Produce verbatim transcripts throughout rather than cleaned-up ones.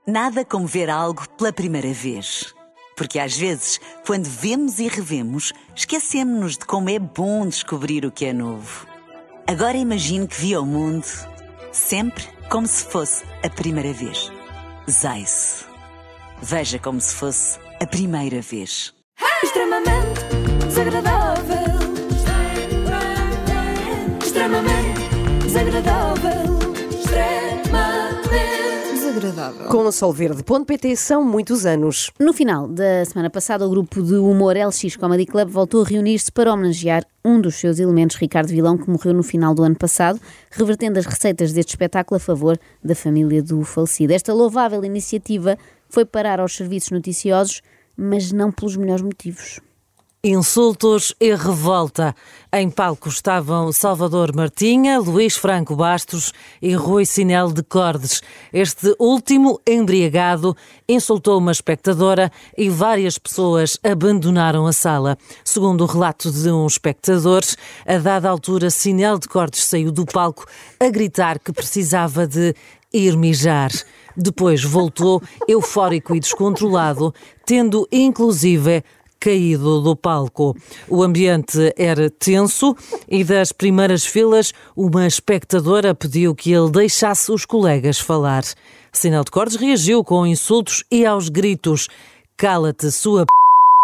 Nada como ver algo pela primeira vez. Porque às vezes, quando vemos e revemos, esquecemos-nos de como é bom descobrir o que é novo. Agora imagine que viu o mundo sempre como se fosse a primeira vez. Zais. Veja como se fosse a primeira vez. Extremamente desagradável. Extremamente desagradável. Com a Solverde ponto pt são muitos anos. No final da semana passada, o grupo de humor L X Comedy Club voltou a reunir-se para homenagear um dos seus elementos, Ricardo Vilão, que morreu no final do ano passado, revertendo as receitas deste espetáculo a favor da família do falecido. Esta louvável iniciativa foi parar aos serviços noticiosos, mas não pelos melhores motivos. Insultos e revolta. Em palco estavam Salvador Martinha, Luís Franco Bastos e Rui Sinel de Cordes. Este último, embriagado, insultou uma espectadora e várias pessoas abandonaram a sala. Segundo o relato de um espectador, a dada altura Sinel de Cordes saiu do palco a gritar que precisava de ir mijar. Depois voltou, eufórico e descontrolado, tendo inclusive caído do palco. O ambiente era tenso e das primeiras filas uma espectadora pediu que ele deixasse os colegas falar. Sinel de Cordes reagiu com insultos e aos gritos: "Cala-te, sua p...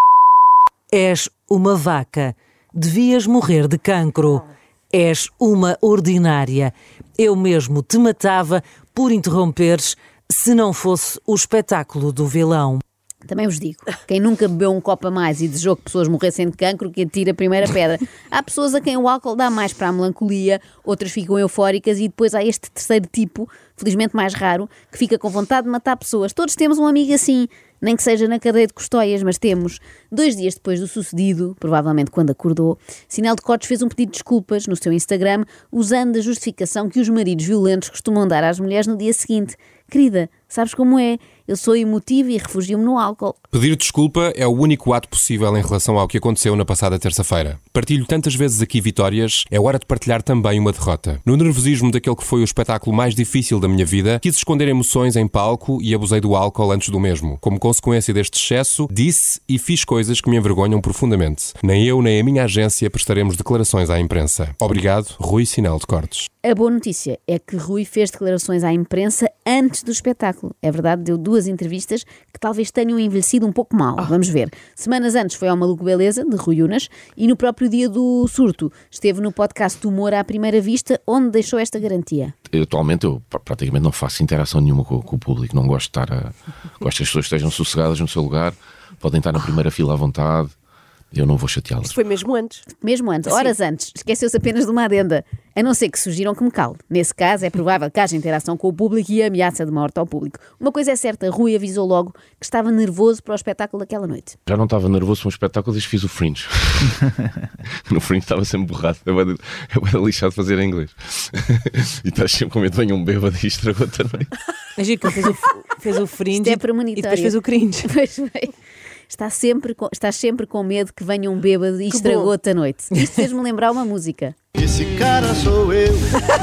és uma vaca, devias morrer de cancro, és uma ordinária, eu mesmo te matava por interromperes se não fosse o espetáculo do vilão." Também vos digo, quem nunca bebeu um copo a mais e desejou que pessoas morressem de cancro, que atira a primeira pedra. Há pessoas a quem o álcool dá mais para a melancolia, outras ficam eufóricas e depois há este terceiro tipo, felizmente mais raro, que fica com vontade de matar pessoas. Todos temos um amigo assim, nem que seja na cadeia de Custóias, mas temos. Dois dias depois do sucedido, provavelmente quando acordou, Sinel de Cordes fez um pedido de desculpas no seu Instagram, usando a justificação que os maridos violentos costumam dar às mulheres no dia seguinte. Querida, sabes como é? Eu sou emotivo e refugio-me no álcool. Pedir desculpa é o único ato possível em relação ao que aconteceu na passada terça-feira. Partilho tantas vezes aqui vitórias, é hora de partilhar também uma derrota. No nervosismo daquele que foi o espetáculo mais difícil da minha vida, quis esconder emoções em palco e abusei do álcool antes do mesmo. Como consequência deste excesso, disse e fiz coisas que me envergonham profundamente. Nem eu nem a minha agência prestaremos declarações à imprensa. Obrigado, Rui Sinel de Cordes. A boa notícia é que Rui fez declarações à imprensa antes do espetáculo. É verdade, deu duas entrevistas que talvez tenham envelhecido um pouco mal. Oh. Vamos ver. Semanas antes foi ao Maluco Beleza, de Rui Unas, e no próprio dia do surto esteve no podcast Humor à Primeira Vista, onde deixou esta garantia. Eu, atualmente eu praticamente não faço interação nenhuma com, com o público, não gosto de estar a... gosto que as pessoas estejam sossegadas no seu lugar, podem estar na primeira fila à vontade. Eu não vou chateá-las. Isso foi mesmo antes. Mesmo antes, horas Sim. antes. Esqueceu-se apenas de uma adenda. A não ser que sugiram que me cale. Nesse caso, é provável que haja interação com o público e a ameaça de morte ao público. Uma coisa é certa, Rui avisou logo que estava nervoso para o espetáculo daquela noite. Já não estava nervoso para um espetáculo desde que fiz o Fringe. No Fringe estava sempre borrado. Eu era lixado de fazer em inglês. E estás sempre com medo de venha um bêbado e estragou-te a noite. A Gica fez o, fez o Fringe é e depois fez o cringe. Pois bem. Está sempre com, está sempre com medo que venha um bêbado e estragou-te a noite. Isto fez-me lembrar uma música. Esse cara sou eu.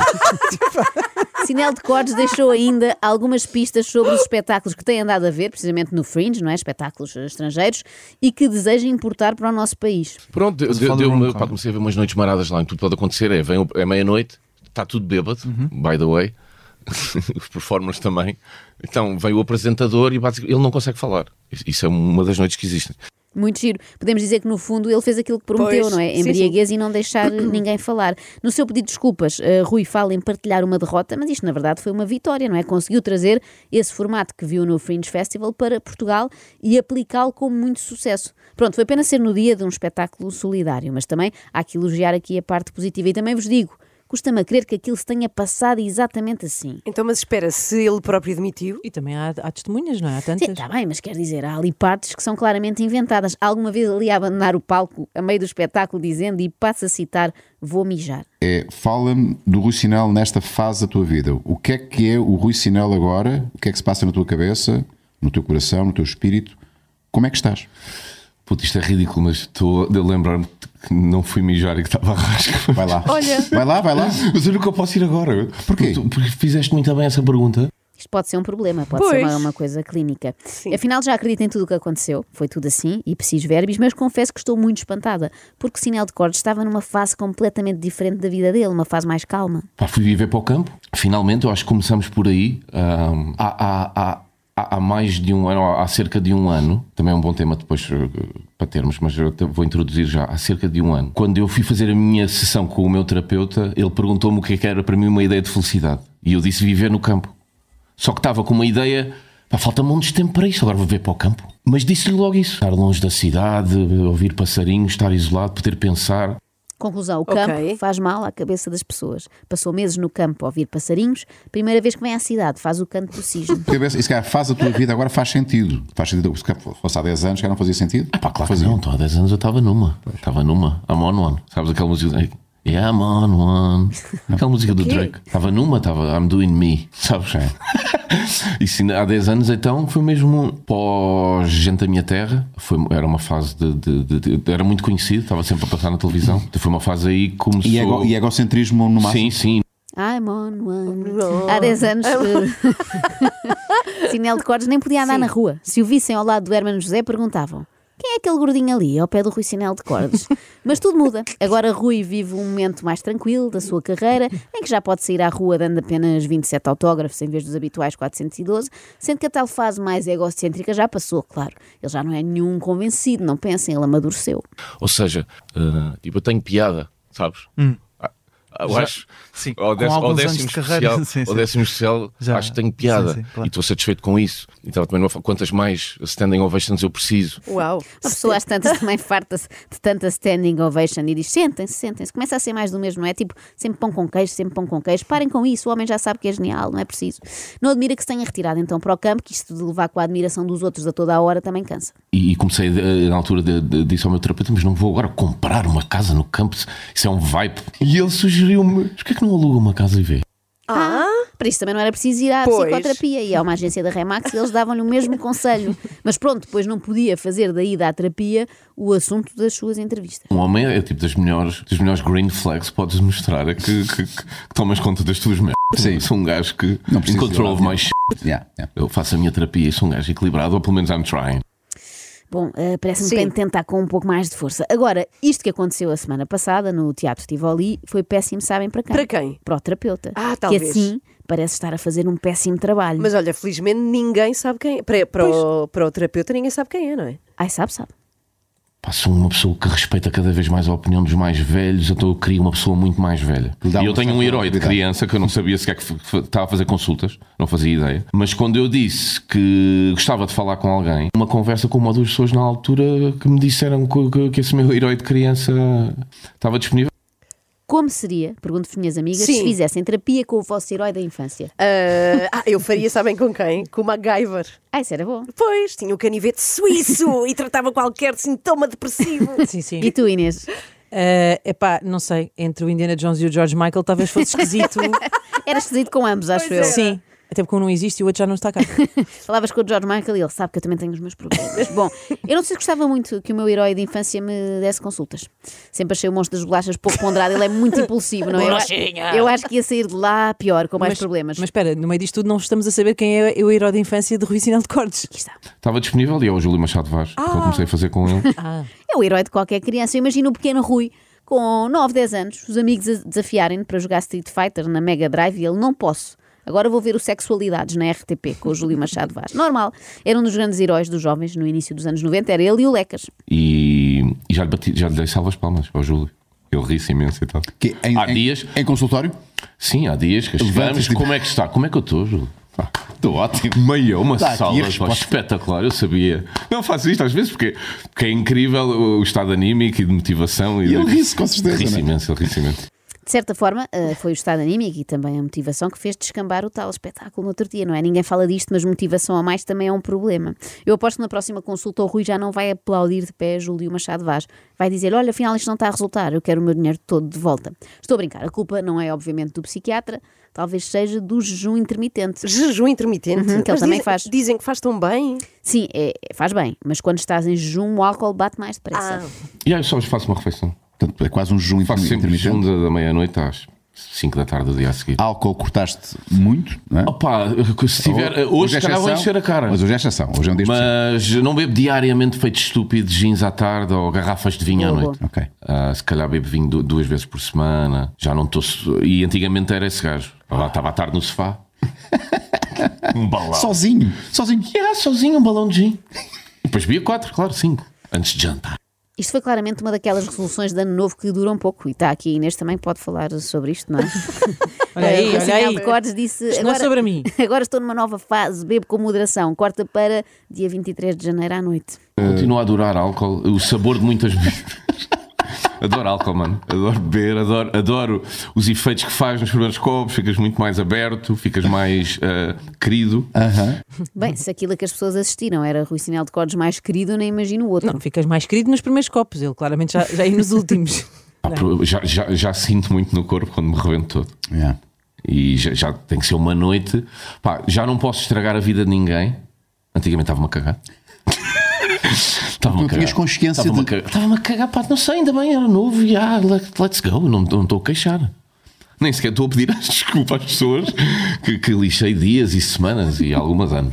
Sinel de Cordes deixou ainda algumas pistas sobre os espetáculos que tem andado a ver, precisamente no Fringe, não é? Espetáculos estrangeiros, e que deseja importar para o nosso país. Pronto, deu, deu uma, pá, comecei a ver umas noites maradas lá, em tudo pode acontecer. É, vem, é meia-noite, está tudo bêbado, uhum. by the way. Os performers também. Então vem o apresentador e basicamente ele não consegue falar. Isso é uma das noites que existem. Muito giro. Podemos dizer que no fundo ele fez aquilo que prometeu, pois, não é? Embriaguez e não deixar ninguém falar. No seu pedido de desculpas, uh, Rui fala em partilhar uma derrota, mas isto na verdade foi uma vitória, não é? Conseguiu trazer esse formato que viu no Fringe Festival para Portugal e aplicá-lo com muito sucesso. Pronto, foi apenas ser no dia de um espetáculo solidário, mas também há que elogiar aqui a parte positiva. E também vos digo, custa-me a crer que aquilo se tenha passado exatamente assim. Então, mas espera, se ele próprio admitiu... E também há, há testemunhas, não é? Há tantas. Sim, está bem, mas quer dizer, há ali partes que são claramente inventadas. Alguma vez ali a abandonar o palco, a meio do espetáculo, dizendo, e passo a citar, vou mijar. É, fala-me do Rui Sinel nesta fase da tua vida. O que é que é o Rui Sinel agora? O que é que se passa na tua cabeça, no teu coração, no teu espírito? Como é que estás? Puta, isto é ridículo, mas estou a lembrar-me que não fui mijar e que estava a rasca. Vai lá. Olha. Vai lá, vai lá. Mas eu nunca posso ir agora. Porquê? Porque fizeste muito bem essa pergunta. Isto pode ser um problema, pode Pois. ser uma, uma coisa clínica. Sim. Afinal, já acredito em tudo o que aconteceu, foi tudo assim, e preciso verbis, mas confesso que estou muito espantada, porque o Sinel de Cordes estava numa fase completamente diferente da vida dele, uma fase mais calma. Pá, fui viver para o campo. Finalmente, eu acho que começamos por aí. Um, há, há, há, há mais de um ano, há cerca de um ano, também é um bom tema depois uh, para termos, mas eu te- vou introduzir já. Há cerca de um ano, quando eu fui fazer a minha sessão com o meu terapeuta, ele perguntou-me o que é que era para mim uma ideia de felicidade. E eu disse viver no campo. Só que estava com uma ideia, pá, falta montes de tempo para isso, agora vou viver para o campo. Mas disse-lhe logo isso: estar longe da cidade, ouvir passarinhos, estar isolado, poder pensar. Conclusão, o campo Ok. faz mal à cabeça das pessoas. Passou meses no campo a ouvir passarinhos, primeira vez que vem à cidade faz o canto do cisne. Isso que faz a tua vida agora faz sentido. Faz sentido. Se fosse há dez anos, já não fazia sentido? Ah, pá, claro que Fazia. não, então, há dez anos eu estava numa. Estava numa. I'm on one. Sabes aquela música? Yeah, I'm on one. Aquela música do Drake. Estava numa, estava I'm doing me. Sabes? É. E se há dez anos então foi mesmo pós Gente da Minha Terra. Foi, era uma fase de, de, de, de. Era muito conhecido, estava sempre a passar na televisão. Então foi uma fase aí que começou. E, ego, e egocentrismo no máximo? Sim, sim. I'm on one. Há dez anos, eh, Sinel de Cordes nem podia andar Sim. na rua. Se o vissem ao lado do Hermano José, perguntavam: quem é aquele gordinho ali, ao pé do Rui Sinel de Cordes? Mas tudo muda. Agora Rui vive um momento mais tranquilo da sua carreira, em que já pode sair à rua dando apenas vinte e sete autógrafos em vez dos habituais quatrocentos e doze, sendo que a tal fase mais egocêntrica já passou, claro. Ele já não é nenhum convencido, não pensem, ele amadureceu. Ou seja, uh, tipo, eu tenho piada, sabes? Hum. Ah, Eu Já- acho, sim, ao, com décimo, ao alguns décimo anos de carreira, especial, sim, ao sim. décimo especial Já- acho que tenho piada sim, sim, claro. e estou satisfeito com isso. Então, também, numa- quantas mais standing ovations eu preciso? Uau. Uma pessoa às tantas também farta-se de tanta standing ovation e diz: sentem-se, sentem-se. Começa a ser mais do mesmo, não é? Tipo, sempre pão com queijo, sempre pão com queijo. Parem com isso, o homem já sabe que é genial, não é preciso. Não admira que se tenha retirado então para o campo, que isto de levar com a admiração dos outros a toda a hora também cansa. E, e comecei, eh, na altura, de, de, disse ao meu terapeuta: mas não vou agora comprar uma casa no campo, isso é um vibe. E ele sugeriu-me: mas porquê é que não aluga uma casa e vê? Ah, Para isso também não era preciso ir à Pois. psicoterapia. E há uma agência da Remax e eles davam-lhe o mesmo conselho. Mas pronto, depois não podia fazer da ida à terapia o assunto das suas entrevistas. Um homem é tipo das melhores, das melhores green flags que podes mostrar, é que, que, que tomas conta das tuas merdas. Sim. Sou um gajo que Não preciso in control de of my shit. Yeah, yeah. Eu faço a minha terapia e sou um gajo equilibrado, ou pelo menos I'm trying. Bom, eh, parece-me Sim. que tem de tentar com um pouco mais de força. Agora, isto que aconteceu a semana passada no Teatro Tivoli foi péssimo, sabem para quem? Para quem? Para o terapeuta. Ah, que talvez. assim parece estar a fazer um péssimo trabalho. mas olha, felizmente ninguém sabe quem é. Para, para, o, para o terapeuta ninguém sabe quem é, não é? Ai, sabe, sabe. Pá, sou uma pessoa que respeita cada vez mais a opinião dos mais velhos, então eu queria uma pessoa muito mais velha. Lhe dá E eu uma tenho um certa herói de autoridade. criança que eu não sabia sequer que f- f- estava a fazer consultas, não fazia ideia. Mas quando eu disse que gostava de falar com alguém, uma conversa com uma ou duas pessoas na altura que me disseram que, que- que esse meu herói de criança estava disponível. Como seria, pergunto-vos minhas amigas, Sim. se fizessem terapia com o vosso herói da infância? Ah, ah, eu faria, sabem com quem? Com o MacGyver. Ah, isso era bom. Pois, tinha o canivete suíço e tratava qualquer sintoma depressivo. Sim, sim. E tu, Inês? Uh, epá, não sei, entre o Indiana Jones e o George Michael talvez fosse esquisito. Era esquisito com ambos, acho eu. Sim, até porque um não existe e o outro já não está cá. Falavas com o George Michael e ele sabe que eu também tenho os meus problemas. Bom, eu não sei se gostava muito que o meu herói de infância me desse consultas. Sempre achei o monstro das bolachas pouco ponderado, ele é muito impulsivo, não é? Eu, eu acho que ia sair de lá pior, com mais mas, problemas. Mas espera, no meio disto tudo não estamos a saber quem é o herói de infância de Rui Sinel de Cordes. Aqui está. Estava disponível e é o Júlio Machado Vaz, que eu comecei a fazer com ele. É o herói de qualquer criança. Eu imagino o pequeno Rui, com nove, dez anos, os amigos a desafiarem-no para jogar Street Fighter na Mega Drive e ele: não posso. Agora vou ver o Sexualidades na R T P com o Júlio Machado Vaz. Normal. Era um dos grandes heróis dos jovens no início dos anos noventa. Era ele e o Lecas. E, e já, lhe bati, já lhe dei salvas palmas ao Júlio. Ele ri-se imenso e tal. Que em, Há em- dias. Em consultório? Sim, há dias que chegamos. Levantas-te. Como é que está? Como é que eu estou, Júlio? Estou ótimo. Meia, uma Está aqui a salva. pá, resposta. Espetacular, eu sabia. Não faço isto às vezes porque, porque é incrível o, o estado anímico e de motivação. E ele ri-se, com certeza, Ri-se não é? imenso, ele ri-se imenso. De certa forma, eh, foi o estado anímico e também a motivação que fez descambar o tal espetáculo no outro dia, não é? Ninguém fala disto, mas motivação a mais também é um problema. Eu aposto que na próxima consulta o Rui já não vai aplaudir de pé Júlio Machado Vaz. Vai dizer: olha, afinal isto não está a resultar, eu quero o meu dinheiro todo de volta. Estou a brincar, a culpa não é obviamente do psiquiatra, talvez seja do jejum intermitente. Jejum intermitente. Uhum, que ele Mas também dizem, faz. Dizem que faz tão bem. Sim, é, é- faz bem, mas quando estás em jejum o álcool bate mais depressa. Ah, E aí só faço uma refeição. Portanto, é quase um jejum Faço sempre intermitente. jejum da, da meia-noite às cinco da tarde do dia a seguir. Álcool cortaste muito, não é? Opa, se tiver, hoje, hoje se calhar vou encher a cara. Mas hoje é exceção, hoje é um dia Mas não bebo diariamente feito estúpido, jeans à tarde ou garrafas de vinho Boa, à noite. Ok. Uh, se calhar bebo vinho duas vezes por semana. Já não estou. E antigamente era esse gajo. Lá estava à tarde no sofá. Um balão. Sozinho, sozinho. Yeah, sozinho, um balão de gin. E depois bebia quatro, claro, cinco. Antes de jantar. Isto foi claramente uma daquelas resoluções de ano novo que duram pouco. E está aqui, Inês também pode falar sobre isto, não é? Olha aí, o olha aí. de Cordes disse, Isto não é sobre mim. Agora estou numa nova fase, bebo com moderação. Corta para dia vinte e três de janeiro à noite. Continuo a adorar álcool, o sabor de muitas bebidas. Adoro álcool, mano. Adoro beber, adoro, adoro os efeitos que faz nos primeiros copos. Ficas muito mais aberto, ficas mais uh, querido. Uh-huh. Bem, se aquilo a que as pessoas assistiram era Rui Sinel de Cordes mais querido, nem imagino o outro. Não, ficas mais querido nos primeiros copos. Ele claramente já, já ia nos últimos. Ah, já, já, já sinto muito no corpo quando me rebento todo. Yeah. E já, já tem que ser uma noite. Pá, já não posso estragar a vida de ninguém. Antigamente estava-me a cagar. Estava-me a tinhas consciência Estava-me de... a cagar. Estava-me a cagar, pá, não sei, ainda bem, era novo e ah, let's go, não, não estou a queixar. Nem sequer estou a pedir desculpa às pessoas que, que lixei dias e semanas e alguns anos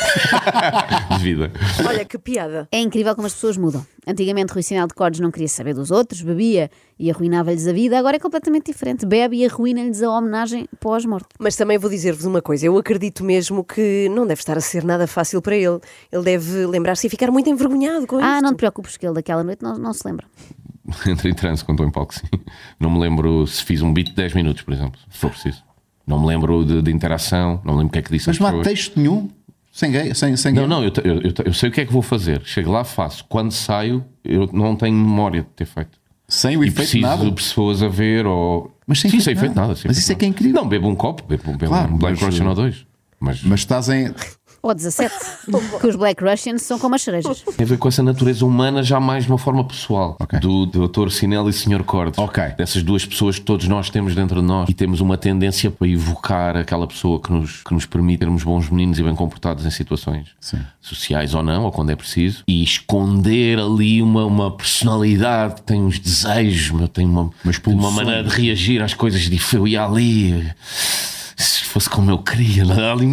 de vida. Olha que piada. É incrível como as pessoas mudam. Antigamente Rui Sinel de Cordes não queria saber dos outros, bebia e arruinava-lhes a vida. Agora é completamente diferente. Bebe e arruina-lhes a homenagem pós-morte. Mas também vou dizer-vos uma coisa. Eu acredito mesmo que não deve estar a ser nada fácil para ele. Ele deve lembrar-se e ficar muito envergonhado com Ah, isto. não te preocupes que ele daquela noite não, não se lembra. Entrei em transe quando estou em palco, sim. Não me lembro se fiz um beat de dez minutos, por exemplo, se for preciso. Não me lembro de, de interação, não me lembro o que é que disse. Mas não há texto nenhum? Sem gay? Sem, sem não, não, eu, eu, eu, eu sei o que é que vou fazer. Chego lá, faço. Quando saio, eu não tenho memória de ter feito. Sem o e efeito preciso nada? de pessoas a ver ou... Mas sem sim, efeito sem efeito nada. nada. Sem Mas efeito isso é nada. que é incrível. Não, bebo um copo, bebo, bebo Claro, um Black mas, Russian ou dois. Mas... Mas estás em... Ou dezassete. Que os Black Russians são como as cerejas. Tem a ver com essa natureza humana já mais de uma forma pessoal. Okay. Do doutor Sinel e senhor Cordes. Ok. Dessas duas pessoas que todos nós temos dentro de nós. E temos uma tendência para evocar aquela pessoa que nos, que nos permite termos bons meninos e bem comportados em situações Sim. sociais ou não, ou quando é preciso. E esconder ali uma, uma personalidade que tem uns desejos, meu, tem uma, tem uma maneira de reagir às coisas diferentes. Eu ia ali... Se fosse como eu queria,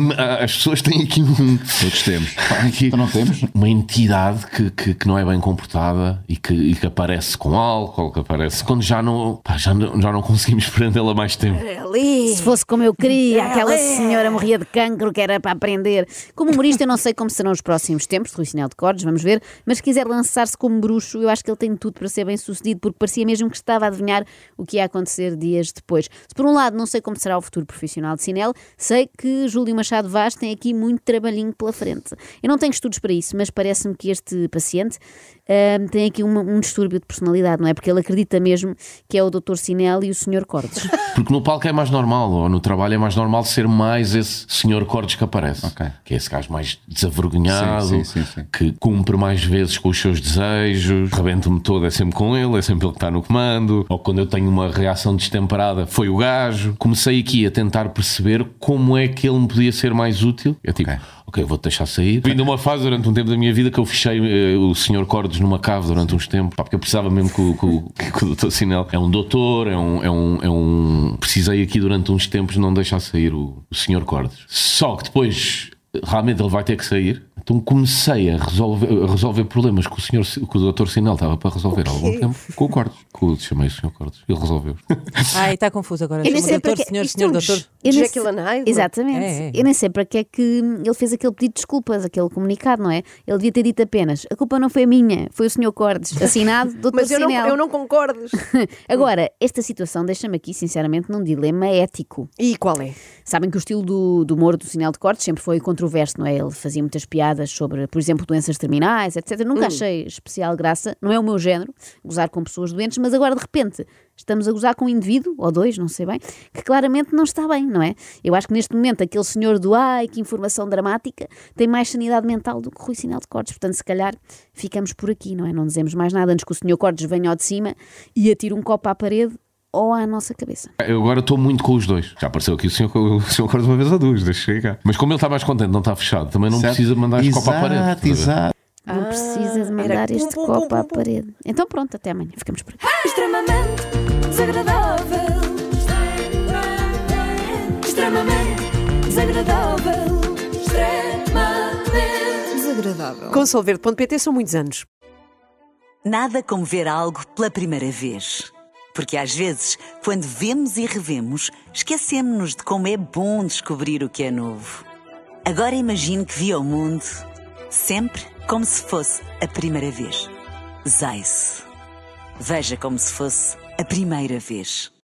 as pessoas têm aqui um. Todos temos. Aqui, então não temos? Uma entidade que, que, que não é bem comportada e que, e que aparece com álcool, que aparece quando já não, pá, já não, já não conseguimos prendê-la mais tempo. Ali. Se fosse como eu queria, aquela senhora morria de cancro que era para aprender. Como humorista, eu não sei como serão os próximos tempos de Rui Sinel de Cordes, vamos ver. Mas se quiser lançar-se como bruxo, eu acho que ele tem tudo para ser bem sucedido, porque parecia mesmo que estava a adivinhar o que ia acontecer dias depois. Se por um lado não sei como será o futuro profissional de Sinel, sei que Júlio Machado Vaz tem aqui muito trabalhinho pela frente. Eu não tenho estudos para isso, mas parece-me que este paciente uh, tem aqui uma, um distúrbio de personalidade, não é? Porque ele acredita mesmo que é o doutor Sinel e o senhor Cordes. Porque no palco é mais normal, ou no trabalho é mais normal ser mais esse senhor Cordes que aparece. Okay. Que é esse gajo mais desavergonhado, sim, sim, sim, sim. que cumpre mais vezes com os seus desejos, rebento-me todo, é sempre com ele, é sempre ele que está no comando. Ou quando eu tenho uma reação destemperada, foi o gajo. Comecei aqui a tentar perceber como é que ele me podia ser mais útil. Eu tipo, ok, okay, vou-te deixar sair. Vim de uma fase durante um tempo da minha vida que eu fechei uh, o senhor Cordes numa cave durante uns tempos, pá, porque eu precisava mesmo que o, que o, que o doutor Sinel é um doutor, é um, é, um, é um... Precisei aqui durante uns tempos não deixar sair o, o senhor Cordes. Só que depois, realmente ele vai ter que sair. Então comecei a resolver, a resolver problemas que o, senhor, que o doutor Sinel estava para resolver há algum tempo. Com o Cordes. Com, chamei o senhor Cordes. Ele resolveu. Ai, está confuso agora. Eu nem sei doutor, para que- senhor, isto senhor, é um doutor. Eu nem Jekyll sei- and Hyde. Exatamente. É, é. Eu nem sei para que é que ele fez aquele pedido de desculpas, aquele comunicado, não é? Ele devia ter dito apenas: a culpa não foi minha, foi o senhor Cordes, assinado doutor Mas eu não, Sinel. eu não concordo. Agora, esta situação deixa-me aqui, sinceramente, num dilema ético. E qual é? Sabem que o estilo do, do humor do Sinel de Cortes sempre foi controverso, não é? Ele fazia muitas piadas sobre, por exemplo, doenças terminais, etcétera. Nunca Hum. achei especial graça, não é o meu género, gozar com pessoas doentes, mas agora, de repente, estamos a gozar com um indivíduo, ou dois, não sei bem, que claramente não está bem, não é? Eu acho que neste momento aquele senhor do ai, que informação dramática, tem mais sanidade mental do que Rui Sinel de Cortes, portanto, se calhar ficamos por aqui, não é? Não dizemos mais nada antes que o senhor Cortes venha ao de cima e atire um copo à parede ou à nossa cabeça. Eu agora estou muito com os dois. Já apareceu aqui o senhor, o senhor Cordes uma vez ou duas, deixa chegar. Mas como ele está mais contente, não está fechado, também não Certo. precisa mandar este copo à parede. Exato, exato. Não precisa de mandar era pum, este pum, copo pum, à pum, pum. parede. Então pronto, até amanhã. Ficamos por aqui. Extremamente desagradável. extremamente desagradável. Extremamente desagradável. Com solverde ponto pt são muitos anos. Nada como ver algo pela primeira vez. Porque às vezes, quando vemos e revemos, esquecemos-nos de como é bom descobrir o que é novo. Agora imagine que viu o mundo sempre como se fosse a primeira vez. Zais. Veja como se fosse a primeira vez.